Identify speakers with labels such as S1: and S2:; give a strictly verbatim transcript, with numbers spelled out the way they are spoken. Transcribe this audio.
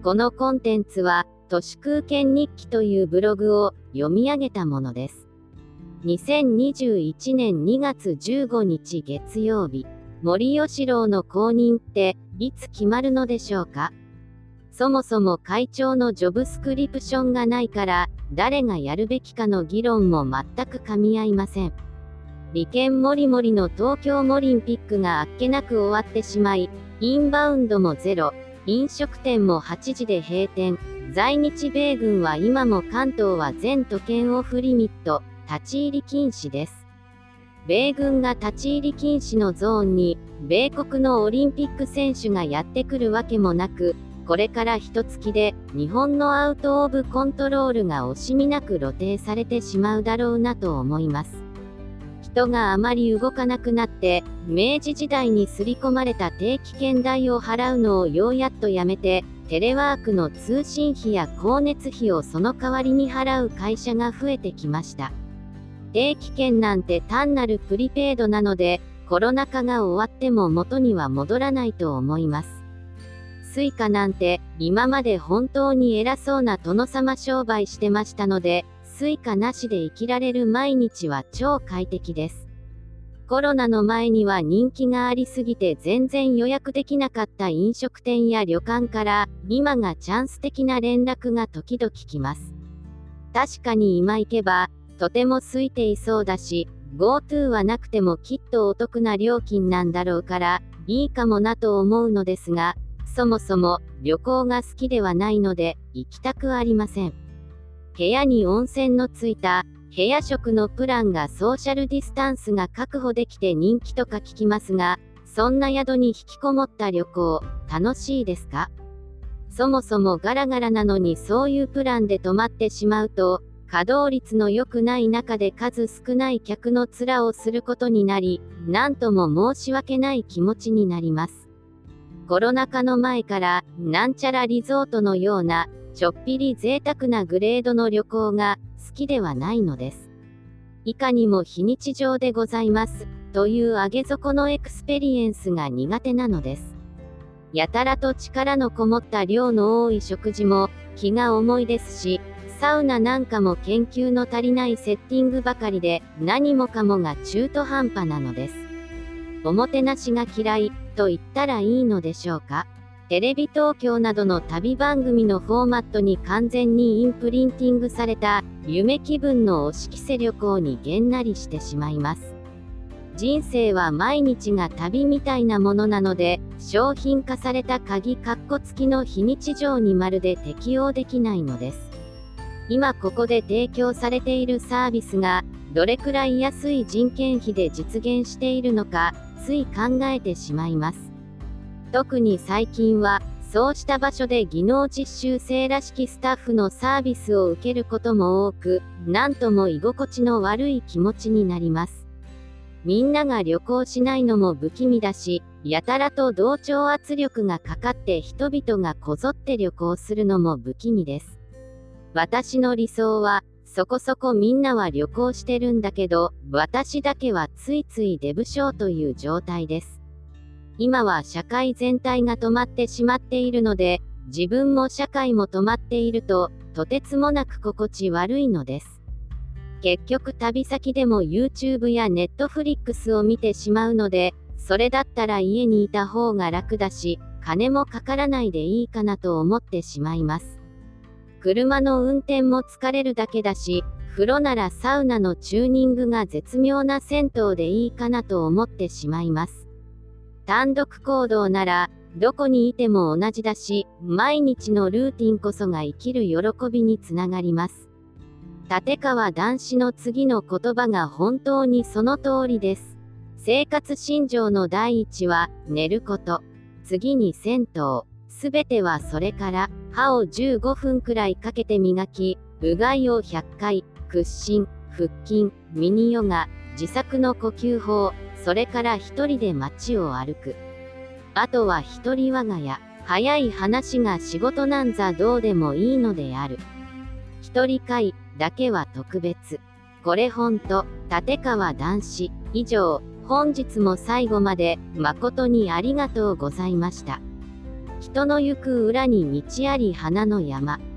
S1: このコンテンツは、都市空間日記というブログを読み上げたものです。にせんにじゅういちねんにがつじゅうごにち月曜日、森喜朗の後任っていつ決まるのでしょうか。そもそも会長のジョブスクリプションがないから、誰がやるべきかの議論も全く噛み合いません。利権もりもりの東京モリンピックがあっけなく終わってしまい、インバウンドもゼロ、飲食店もはちじで閉店、在日米軍は今も関東は全都県オフリミット、立ち入り禁止です。米軍が立ち入り禁止のゾーンに、米国のオリンピック選手がやってくるわけもなく、これから一月で日本のアウト・オブ・コントロールが惜しみなく露呈されてしまうだろうなと思います。人があまり動かなくなって、明治時代に刷り込まれた定期券代を払うのをようやっとやめて、テレワークの通信費や光熱費をその代わりに払う会社が増えてきました。定期券なんて単なるプリペイドなので、コロナ禍が終わっても元には戻らないと思います。スイカなんて今まで本当に偉そうな殿様商売してましたので、スイカなしで生きられる毎日は超快適です。コロナの前には人気がありすぎて全然予約できなかった飲食店や旅館から今がチャンス的な連絡が時々来ます。確かに今行けばとても空いていそうだし、GoTo はなくてもきっとお得な料金なんだろうからいいかもなと思うのですが、そもそも旅行が好きではないので行きたくありません。部屋に温泉のついた部屋食のプランがソーシャルディスタンスが確保できて人気とか聞きますが、そんな宿に引きこもった旅行、楽しいですか？そもそもガラガラなのにそういうプランで泊まってしまうと、稼働率の良くない中で数少ない客の面をすることになり、なんとも申し訳ない気持ちになります。コロナ禍の前から、なんちゃらリゾートのような、ちょっぴり贅沢なグレードの旅行が好きではないのです。いかにも非日常でございます、という上げ底のエクスペリエンスが苦手なのです。やたらと力のこもった量の多い食事も気が重いですし、サウナなんかも研究の足りないセッティングばかりで何もかもが中途半端なのです。おもてなしが嫌いと言ったらいいのでしょうか。テレビ東京などの旅番組のフォーマットに完全にインプリンティングされた夢気分のおしきせ旅行にげんなりしてしまいます。人生は毎日が旅みたいなものなので、商品化された鍵カッコ付きの非日常にまるで適用できないのです。今ここで提供されているサービスがどれくらい安い人件費で実現しているのか、つい考えてしまいます。特に最近は、そうした場所で技能実習生らしきスタッフのサービスを受けることも多く、なんとも居心地の悪い気持ちになります。みんなが旅行しないのも不気味だし、やたらと同調圧力がかかって人々がこぞって旅行するのも不気味です。私の理想は、そこそこみんなは旅行してるんだけど、私だけはついつい出不精という状態です。今は社会全体が止まってしまっているので、自分も社会も止まっていると、とてつもなく心地悪いのです。結局旅先でも YouTube や Netflix を見てしまうので、それだったら家にいた方が楽だし、金もかからないでいいかなと思ってしまいます。車の運転も疲れるだけだし、風呂ならサウナのチューニングが絶妙な銭湯でいいかなと思ってしまいます。単独行動なら、どこにいても同じだし、毎日のルーティンこそが生きる喜びにつながります。立川談志の次の言葉が本当にその通りです。生活信条の第一は、寝ること。次に銭湯。すべてはそれから、歯をじゅうごふんくらいかけて磨き、うがいをひゃっかい、屈伸、腹筋、ミニヨガ、自作の呼吸法、それから一人で街を歩く。あとは一人我が家。早い話が仕事なんざどうでもいいのである。一人会だけは特別。これほんと、立川談志。以上、本日も最後まで誠にありがとうございました。 人の行く裏に道あり花の山。